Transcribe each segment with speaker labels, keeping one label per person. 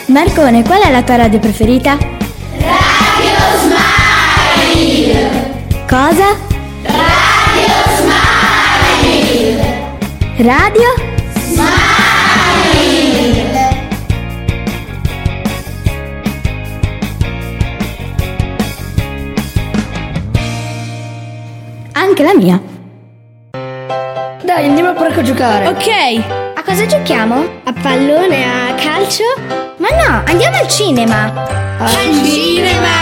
Speaker 1: Marcone, qual è la tua radio preferita?
Speaker 2: Radio Smile!
Speaker 1: Cosa?
Speaker 2: Radio Smile!
Speaker 1: Radio?
Speaker 2: Smile!
Speaker 1: Anche la mia.
Speaker 3: Dai, andiamo pure a giocare.
Speaker 1: Ok. A cosa giochiamo? A pallone, a calcio? Ma no, andiamo al cinema.
Speaker 2: Al cinema!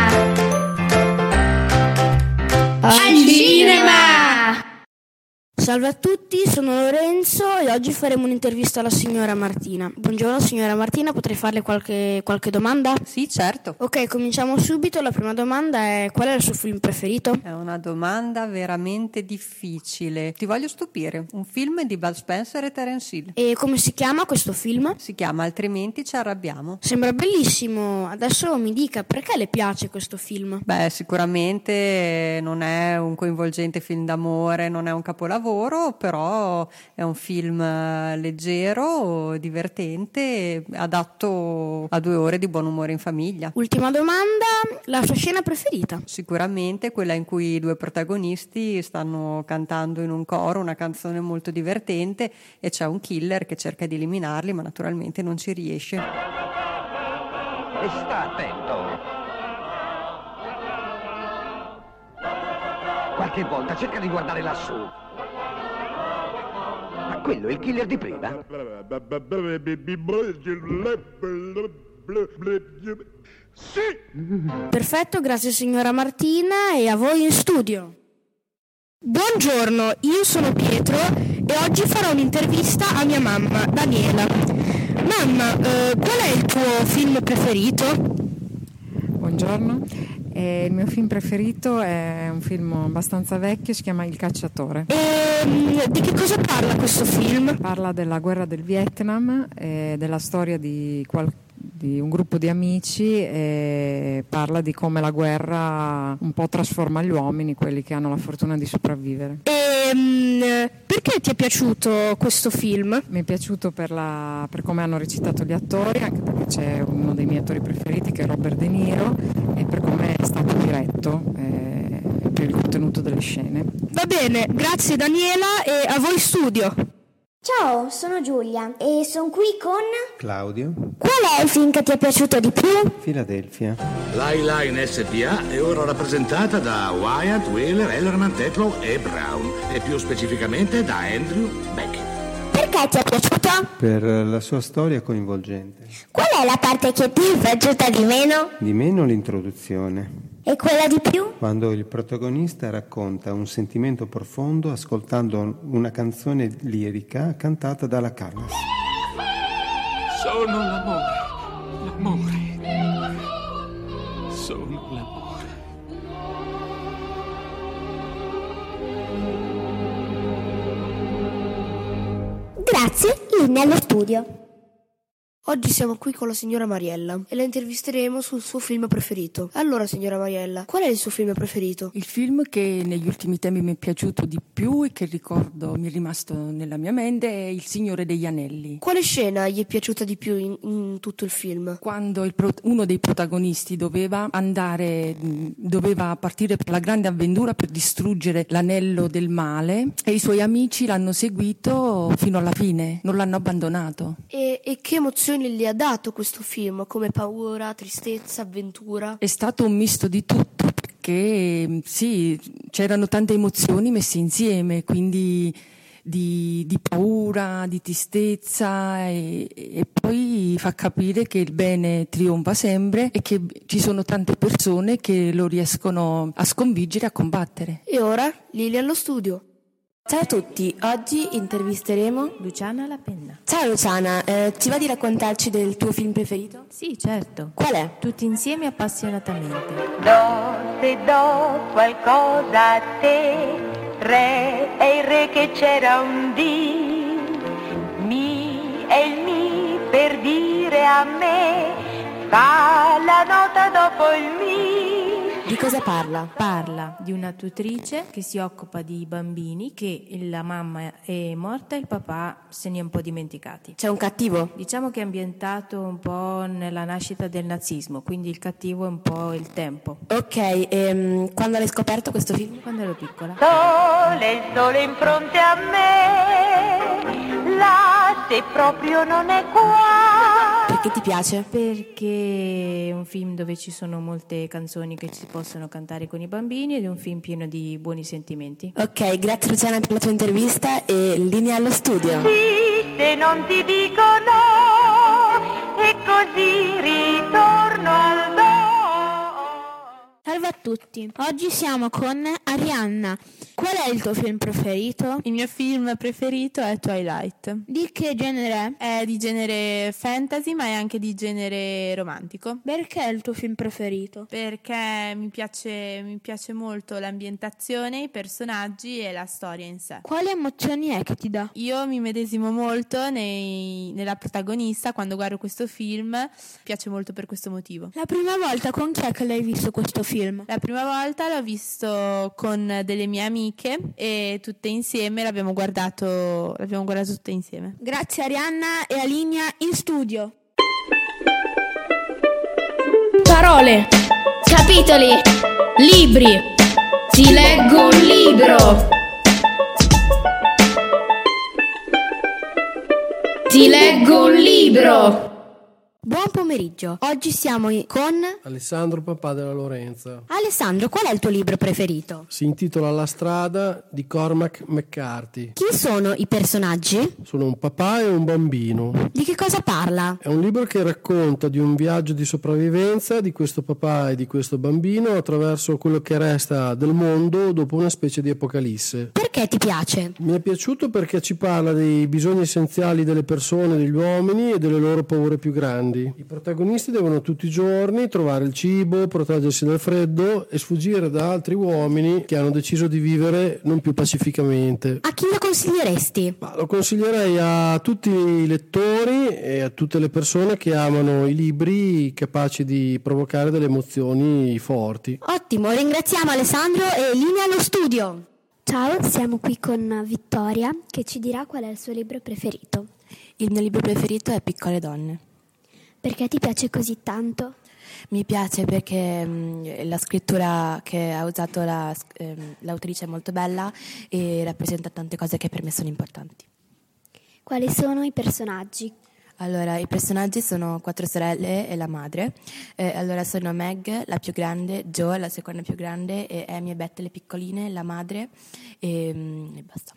Speaker 2: Al cinema!
Speaker 3: Salve a tutti, sono Lorenzo e oggi faremo un'intervista alla signora Martina. Buongiorno signora Martina, potrei farle qualche domanda?
Speaker 4: Sì, certo.
Speaker 3: Ok, cominciamo subito. La prima domanda è: qual è il suo film preferito?
Speaker 4: È una domanda veramente difficile. Ti voglio stupire. Un film di Bud Spencer e Terence Hill.
Speaker 3: E come si chiama questo film?
Speaker 4: Si chiama Altrimenti ci arrabbiamo.
Speaker 3: Sembra bellissimo. Adesso mi dica, perché le piace questo film?
Speaker 4: Beh, sicuramente non è un coinvolgente film d'amore, non è un capolavoro, però è un film leggero, divertente, adatto a 2 ore di buon umore in famiglia.
Speaker 3: Ultima domanda, la sua scena preferita?
Speaker 4: Sicuramente quella in cui i 2 protagonisti stanno cantando in un coro una canzone molto divertente e c'è un killer che cerca di eliminarli, ma naturalmente non ci riesce.
Speaker 5: E sta attento. Qualche volta cerca di guardare lassù. Ma quello è il killer di prima? Sì!
Speaker 3: Perfetto, grazie signora Martina e a voi in studio. Buongiorno, io sono Pietro e oggi farò un'intervista a mia mamma, Daniela. Mamma, qual è il tuo film preferito?
Speaker 6: Buongiorno, il mio film preferito è un film abbastanza vecchio, si chiama Il cacciatore.
Speaker 3: E di che cosa parla questo film?
Speaker 6: Parla della guerra del Vietnam, della storia di un gruppo di amici e parla di come la guerra un po' trasforma gli uomini, quelli che hanno la fortuna di sopravvivere.
Speaker 3: Perché ti è piaciuto questo film?
Speaker 6: Mi è piaciuto per come hanno recitato gli attori, anche perché c'è uno dei miei attori preferiti che è Robert De Niro, e per come è stato diretto, per il contenuto delle scene.
Speaker 3: Va bene, grazie Daniela e a voi studio.
Speaker 1: Ciao, sono Giulia e sono qui con...
Speaker 7: Claudio.
Speaker 1: Qual è il film che ti è piaciuto di più?
Speaker 7: Philadelphia.
Speaker 8: L'Highline SPA è ora rappresentata da Wyatt, Wheeler, Ellerman, Tetlow e Brown, e più specificamente da Andrew Beckett.
Speaker 1: Perché ti è piaciuto?
Speaker 7: Per la sua storia coinvolgente.
Speaker 1: Qual è la parte che ti è piaciuta di meno?
Speaker 7: Di meno l'introduzione.
Speaker 1: E quella di più?
Speaker 7: Quando il protagonista racconta un sentimento profondo ascoltando una canzone lirica cantata dalla Callas.
Speaker 8: Sono l'amore, sono l'amore.
Speaker 1: Grazie, linea allo studio.
Speaker 3: Oggi siamo qui con la signora Mariella e la intervisteremo sul suo film preferito. Allora, signora Mariella, qual è il suo film preferito?
Speaker 9: Il film che negli ultimi tempi mi è piaciuto di più e che ricordo mi è rimasto nella mia mente è Il Signore degli Anelli.
Speaker 3: Quale scena gli è piaciuta di più in tutto il film?
Speaker 9: Quando uno dei protagonisti doveva partire per la grande avventura per distruggere l'anello del male e i suoi amici l'hanno seguito fino alla fine, non l'hanno abbandonato.
Speaker 3: E che emozioni gli ha dato questo film? Come paura, tristezza, avventura?
Speaker 9: È stato un misto di tutto, perché sì, c'erano tante emozioni messe insieme, quindi di paura, di tristezza e poi fa capire che il bene trionfa sempre e che ci sono tante persone che lo riescono a sconfiggere e a combattere.
Speaker 3: E ora Lilia allo studio.
Speaker 10: Ciao a tutti, oggi intervisteremo Luciana La Penna. Ciao Luciana, ti va di raccontarci del tuo film preferito?
Speaker 11: Sì, certo.
Speaker 10: Qual è?
Speaker 11: Tutti insieme appassionatamente.
Speaker 12: Se do qualcosa a te, re è il re che c'era un dì, mi è il mi per dire a me, fa la nota dopo il mi.
Speaker 11: Di cosa parla? Parla di una tutrice che si occupa di bambini, che la mamma è morta e il papà se ne è un po' dimenticati.
Speaker 10: C'è un cattivo?
Speaker 11: Diciamo che è ambientato un po' nella nascita del nazismo, quindi il cattivo è un po' il tempo.
Speaker 10: Ok, quando l'hai scoperto questo film?
Speaker 11: Quando ero piccola.
Speaker 12: Il sole in fronte a me, là se proprio non è qua.
Speaker 10: Perché ti piace?
Speaker 11: Perché è un film dove ci sono molte canzoni che si possono cantare con i bambini ed è un film pieno di buoni sentimenti.
Speaker 10: Ok, grazie Luciana per la tua intervista e linea allo studio.
Speaker 12: Sì, se non ti dico no, e così ritorno al do.
Speaker 1: Salve a tutti, oggi siamo con Arianna. Qual è il tuo film preferito?
Speaker 13: Il mio film preferito è Twilight.
Speaker 1: Di che genere è?
Speaker 13: È di genere fantasy, ma è anche di genere romantico.
Speaker 1: Perché è il tuo film preferito?
Speaker 13: Perché mi piace molto l'ambientazione, i personaggi e la storia in sé.
Speaker 1: Quali emozioni è che ti dà?
Speaker 13: Io mi medesimo molto nella protagonista quando guardo questo film, mi piace molto per questo motivo.
Speaker 1: La prima volta con chi è che l'hai visto questo film?
Speaker 13: La prima volta l'ho visto con delle mie amiche e tutte insieme l'abbiamo guardato tutte insieme.
Speaker 1: Grazie Arianna e a linea in studio.
Speaker 2: Parole, capitoli, libri. Ti leggo un libro. Ti leggo un libro.
Speaker 1: Buon pomeriggio, oggi siamo con
Speaker 14: Alessandro Papà della Lorenza.
Speaker 1: Alessandro, qual è il tuo libro preferito?
Speaker 14: Si intitola La strada di Cormac McCarthy.
Speaker 1: Chi sono i personaggi?
Speaker 14: Sono un papà e un bambino.
Speaker 1: Di che cosa parla?
Speaker 14: È un libro che racconta di un viaggio di sopravvivenza di questo papà e di questo bambino attraverso quello che resta del mondo dopo una specie di apocalisse.
Speaker 1: Perché ti piace?
Speaker 14: Mi è piaciuto perché ci parla dei bisogni essenziali delle persone, degli uomini e delle loro paure più grandi. I protagonisti devono tutti i giorni trovare il cibo, proteggersi dal freddo e sfuggire da altri uomini che hanno deciso di vivere non più pacificamente.
Speaker 1: A chi lo consiglieresti?
Speaker 14: Lo consiglierei a tutti i lettori e a tutte le persone che amano i libri capaci di provocare delle emozioni forti.
Speaker 1: Ottimo, ringraziamo Alessandro e linea allo studio.
Speaker 15: Ciao, siamo qui con Vittoria che ci dirà qual è il suo libro preferito.
Speaker 10: Il mio libro preferito è Piccole donne.
Speaker 15: Perché ti piace così tanto?
Speaker 10: Mi piace perché la scrittura che ha usato l'autrice è molto bella e rappresenta tante cose che per me sono importanti.
Speaker 15: Quali sono i personaggi?
Speaker 10: Allora, i personaggi sono 4 sorelle e la madre. Allora sono Meg, la più grande, Jo, la seconda più grande, e Amy e Beth, le piccoline, la madre e basta.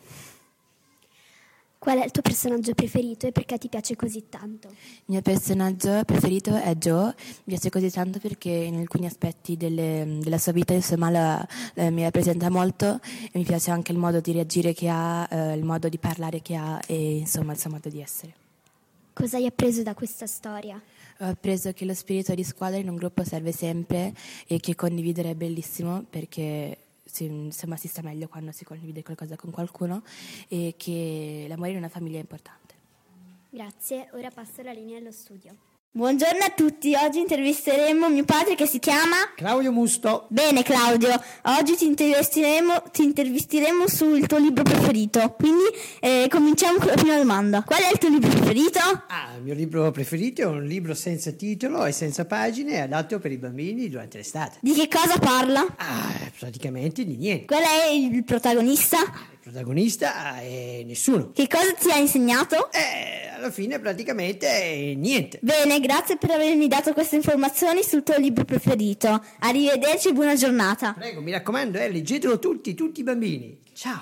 Speaker 15: Qual è il tuo personaggio preferito e perché ti piace così tanto?
Speaker 10: Il mio personaggio preferito è Jo, mi piace così tanto perché in alcuni aspetti della sua vita insomma mi rappresenta molto e mi piace anche il modo di reagire che ha, il modo di parlare che ha e insomma il suo modo di essere.
Speaker 15: Cosa hai appreso da questa storia?
Speaker 10: Ho appreso che lo spirito di squadra in un gruppo serve sempre e che condividere è bellissimo perché insomma si sta meglio quando si condivide qualcosa con qualcuno e che l'amore in una famiglia è importante.
Speaker 15: Grazie, ora passo la linea allo studio.
Speaker 1: Buongiorno a tutti, oggi intervisteremo mio padre che si chiama
Speaker 16: Claudio Musto.
Speaker 1: Bene Claudio, oggi ti intervisteremo sul tuo libro preferito, quindi cominciamo con la prima domanda. Qual è il tuo libro preferito?
Speaker 16: Il mio libro preferito è un libro senza titolo e senza pagine, adatto per i bambini durante l'estate.
Speaker 1: Di che cosa parla?
Speaker 16: Praticamente di niente.
Speaker 1: Qual è il protagonista?
Speaker 16: Il protagonista è nessuno.
Speaker 1: Che cosa ti ha insegnato?
Speaker 16: Alla fine praticamente niente.
Speaker 1: Bene, grazie per avermi dato queste informazioni sul tuo libro preferito. Arrivederci e buona giornata.
Speaker 16: Prego, mi raccomando, leggetelo tutti i bambini. Ciao.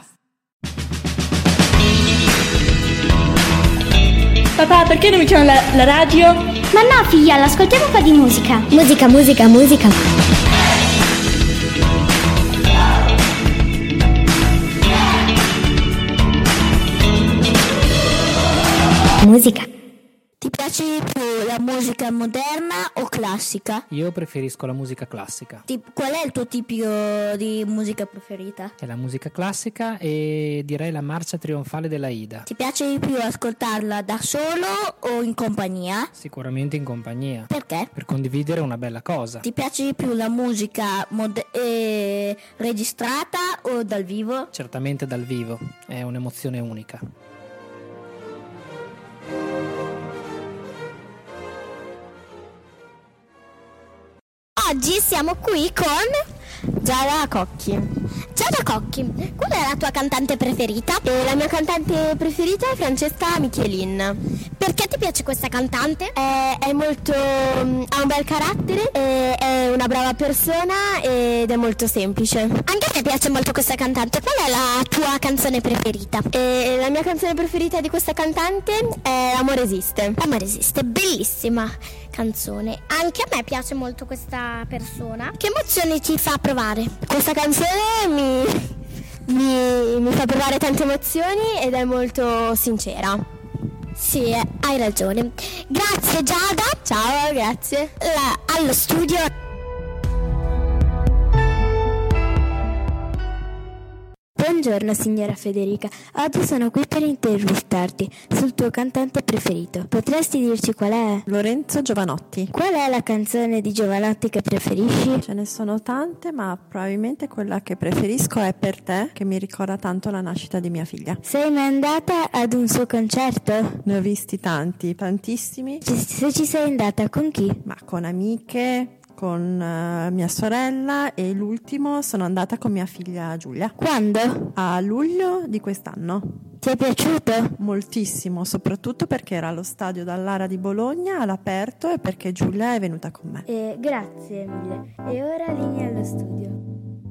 Speaker 3: Papà, perché non mettiamo la radio?
Speaker 15: Ma no, figliala, ascoltiamo un po' di musica. Musica. Musica.
Speaker 1: Ti piace di più la musica moderna o classica?
Speaker 17: Io preferisco la musica classica.
Speaker 1: Qual è il tuo tipo di musica preferita?
Speaker 17: È la musica classica e direi la marcia trionfale dell'Aida.
Speaker 1: Ti piace di più ascoltarla da solo o in compagnia?
Speaker 17: Sicuramente in compagnia.
Speaker 1: Perché?
Speaker 17: Per condividere una bella cosa.
Speaker 1: Ti piace di più la musica registrata o dal vivo?
Speaker 17: Certamente dal vivo, è un'emozione unica.
Speaker 1: Oggi siamo qui con Giada Cocchi. Giada Cocchi, qual è la tua cantante preferita?
Speaker 18: La mia cantante preferita è Francesca Michelin.
Speaker 1: Perché ti piace questa cantante?
Speaker 18: È molto, ha un bel carattere, è una brava persona ed è molto semplice.
Speaker 1: Anche a me piace molto questa cantante. Qual è la tua canzone preferita?
Speaker 18: La mia canzone preferita di questa cantante è L'amore esiste.
Speaker 1: L'amore esiste, bellissima canzone. Anche a me piace molto questa persona. Che emozioni ti fa provare?
Speaker 18: Questa canzone mi fa provare tante emozioni ed è molto sincera.
Speaker 1: Sì, hai ragione. Grazie Giada.
Speaker 18: Ciao, grazie.
Speaker 1: Allo studio.
Speaker 19: Buongiorno signora Federica, oggi sono qui per intervistarti sul tuo cantante preferito. Potresti dirci qual è?
Speaker 20: Lorenzo Giovanotti.
Speaker 19: Qual è la canzone di Giovanotti che preferisci?
Speaker 20: Ce ne sono tante, ma probabilmente quella che preferisco è Per te, che mi ricorda tanto la nascita di mia figlia.
Speaker 19: Sei mai andata ad un suo concerto?
Speaker 20: Ne ho visti tanti, tantissimi.
Speaker 19: Se ci sei andata, con chi?
Speaker 20: Ma con amiche, con mia sorella, e l'ultimo sono andata con mia figlia Giulia.
Speaker 19: Quando?
Speaker 20: A luglio di quest'anno.
Speaker 19: Ti è piaciuto?
Speaker 20: Moltissimo, soprattutto perché era allo stadio Dallara di Bologna all'aperto e perché Giulia è venuta con me.
Speaker 19: Grazie mille. E ora linea allo studio.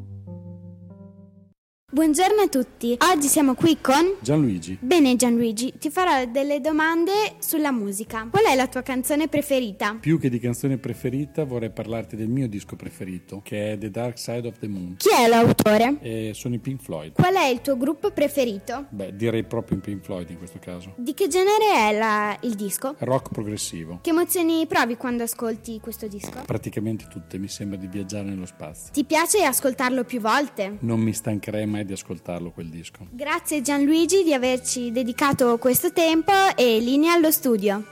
Speaker 21: Buongiorno a tutti, oggi siamo qui con
Speaker 22: Gianluigi.
Speaker 21: Bene Gianluigi, ti farò delle domande sulla musica. Qual è la tua canzone preferita?
Speaker 22: Più che di canzone preferita vorrei parlarti del mio disco preferito, che è The Dark Side of the Moon.
Speaker 21: Chi è l'autore?
Speaker 22: Sono i Pink Floyd.
Speaker 21: Qual è il tuo gruppo preferito?
Speaker 22: Beh, direi proprio i Pink Floyd in questo caso.
Speaker 21: Di che genere è il disco?
Speaker 22: Rock progressivo.
Speaker 21: Che emozioni provi quando ascolti questo disco?
Speaker 22: Praticamente tutte, mi sembra di viaggiare nello spazio.
Speaker 21: Ti piace ascoltarlo più volte?
Speaker 22: Non mi stancherei mai di ascoltarlo quel disco.
Speaker 21: Grazie Gianluigi di averci dedicato questo tempo e linea allo studio.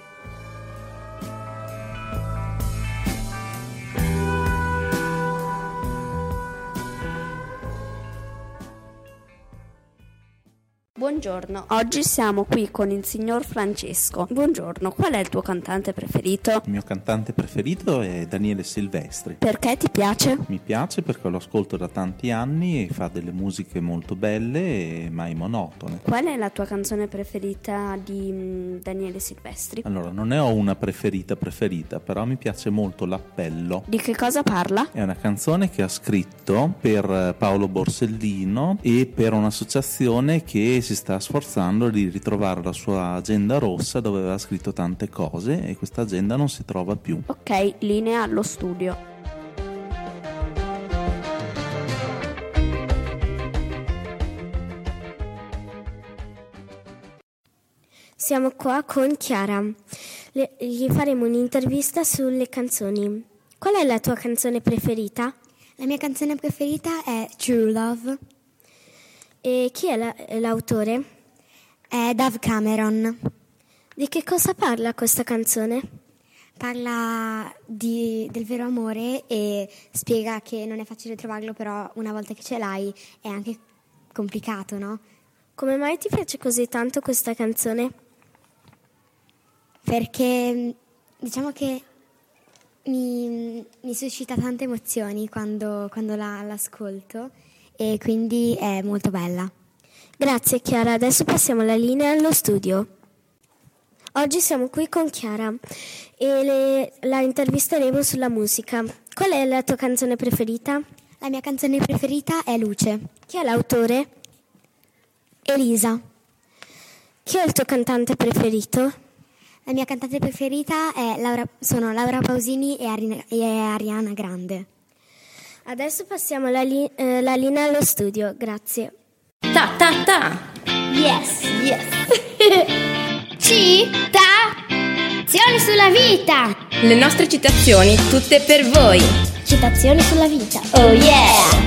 Speaker 23: Buongiorno, oggi siamo qui con il signor Francesco. Buongiorno, qual è il tuo cantante preferito?
Speaker 24: Il mio cantante preferito è Daniele Silvestri.
Speaker 23: Perché ti piace?
Speaker 24: Mi piace perché lo ascolto da tanti anni e fa delle musiche molto belle e mai monotone.
Speaker 23: Qual è la tua canzone preferita di Daniele Silvestri?
Speaker 24: Allora, non ne ho una preferita, però mi piace molto L'Appello.
Speaker 23: Di che cosa parla?
Speaker 24: È una canzone che ha scritto per Paolo Borsellino e per un'associazione che si sta sforzando di ritrovare la sua agenda rossa dove aveva scritto tante cose e questa agenda non si trova più.
Speaker 23: Ok, linea allo studio.
Speaker 19: Siamo qua con Chiara. Gli faremo un'intervista sulle canzoni. Qual è la tua canzone preferita?
Speaker 25: La mia canzone preferita è True Love.
Speaker 19: E chi è l'autore?
Speaker 25: È Dove Cameron.
Speaker 19: Di che cosa parla questa canzone?
Speaker 25: Parla del vero amore e spiega che non è facile trovarlo, però una volta che ce l'hai è anche complicato, no?
Speaker 19: Come mai ti piace così tanto questa canzone?
Speaker 25: Perché diciamo che mi suscita tante emozioni quando l'ascolto e quindi è molto bella.
Speaker 19: Grazie Chiara, adesso passiamo la linea allo studio. Oggi siamo qui con Chiara e la intervisteremo sulla musica. Qual è la tua canzone preferita?
Speaker 25: La mia canzone preferita è Luce.
Speaker 19: Chi è l'autore?
Speaker 25: Elisa.
Speaker 19: Chi è il tuo cantante preferito?
Speaker 25: La mia cantante preferita sono Laura Pausini e Ariana Grande.
Speaker 19: Adesso passiamo la linea allo studio, grazie.
Speaker 2: Ta ta ta.
Speaker 25: Yes.
Speaker 2: Citazione.
Speaker 21: vita!
Speaker 2: Le nostre citazioni tutte per voi.
Speaker 18: Citazioni sulla vita.
Speaker 2: Oh yeah!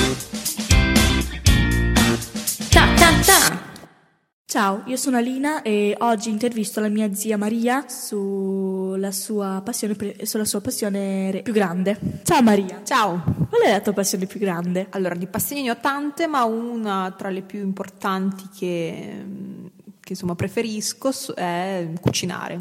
Speaker 2: Ta ta ta!
Speaker 4: Ciao, io sono Alina e oggi intervisto la mia zia Maria sulla sua passione più grande. Ciao Maria.
Speaker 5: Ciao.
Speaker 4: Qual è la tua passione più grande?
Speaker 5: Allora, di passioni ne ho tante, ma una tra le più importanti che insomma preferisco è cucinare.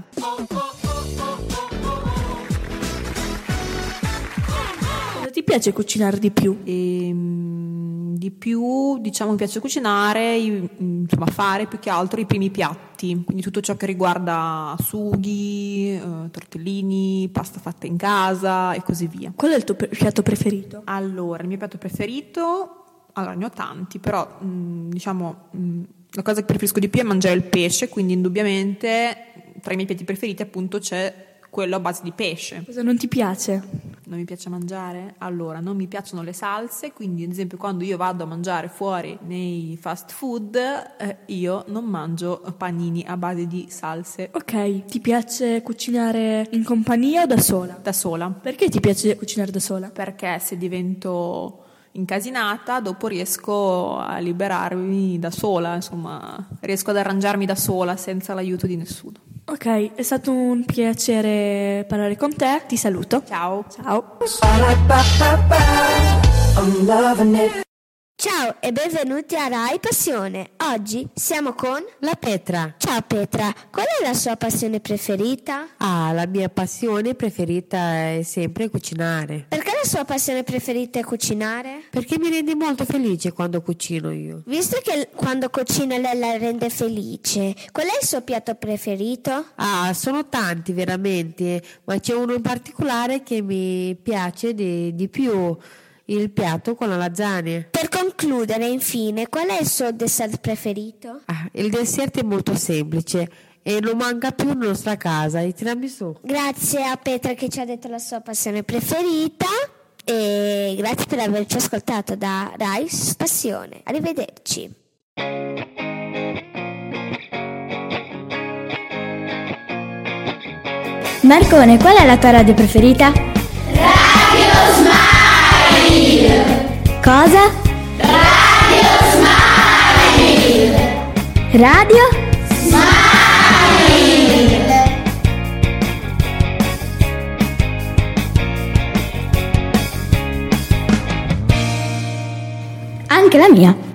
Speaker 4: Cosa ti piace cucinare di più?
Speaker 5: Di più, diciamo, mi piace cucinare, insomma, fare più che altro i primi piatti, quindi tutto ciò che riguarda sughi, tortellini, pasta fatta in casa e così via.
Speaker 4: Qual è il tuo piatto preferito?
Speaker 5: Allora, il mio piatto preferito, allora ne ho tanti, però diciamo la cosa che preferisco di più è mangiare il pesce, quindi indubbiamente tra i miei piatti preferiti appunto c'è quello a base di pesce.
Speaker 4: Cosa non ti piace?
Speaker 5: Non mi piace mangiare? Allora, non mi piacciono le salse, quindi ad esempio quando io vado a mangiare fuori nei fast food, io non mangio panini a base di salse.
Speaker 4: Ok, ti piace cucinare in compagnia o da sola?
Speaker 5: Da sola.
Speaker 4: Perché ti piace cucinare da sola?
Speaker 5: Perché se divento incasinata, dopo riesco a liberarmi da sola, insomma, riesco ad arrangiarmi da sola senza l'aiuto di nessuno.
Speaker 4: Ok, è stato un piacere parlare con te, ti saluto.
Speaker 5: Ciao.
Speaker 4: Ciao.
Speaker 19: Ciao e benvenuti a Rai Passione. Oggi siamo con
Speaker 6: la Petra.
Speaker 19: Ciao Petra, qual è la sua passione preferita?
Speaker 6: La mia passione preferita è sempre cucinare.
Speaker 19: Perché la sua passione preferita è cucinare?
Speaker 6: Perché mi rende molto felice quando cucino io.
Speaker 19: Visto che quando cucina lei la rende felice, qual è il suo piatto preferito?
Speaker 6: Sono tanti veramente, ma c'è uno in particolare che mi piace di più. Il piatto con la lasagna.
Speaker 19: Per concludere, infine, qual è il suo dessert preferito?
Speaker 6: Il dessert è molto semplice e non manca più nella nostra casa, il tiramisù.
Speaker 19: Grazie a Petra che ci ha detto la sua passione preferita e grazie per averci ascoltato da Rai Passione. Arrivederci.
Speaker 18: Marcone, qual è la tua radio preferita?
Speaker 2: Radio Smile!
Speaker 18: Cosa?
Speaker 2: Radio Smile!
Speaker 18: Radio?
Speaker 2: Smile!
Speaker 18: Anche la mia.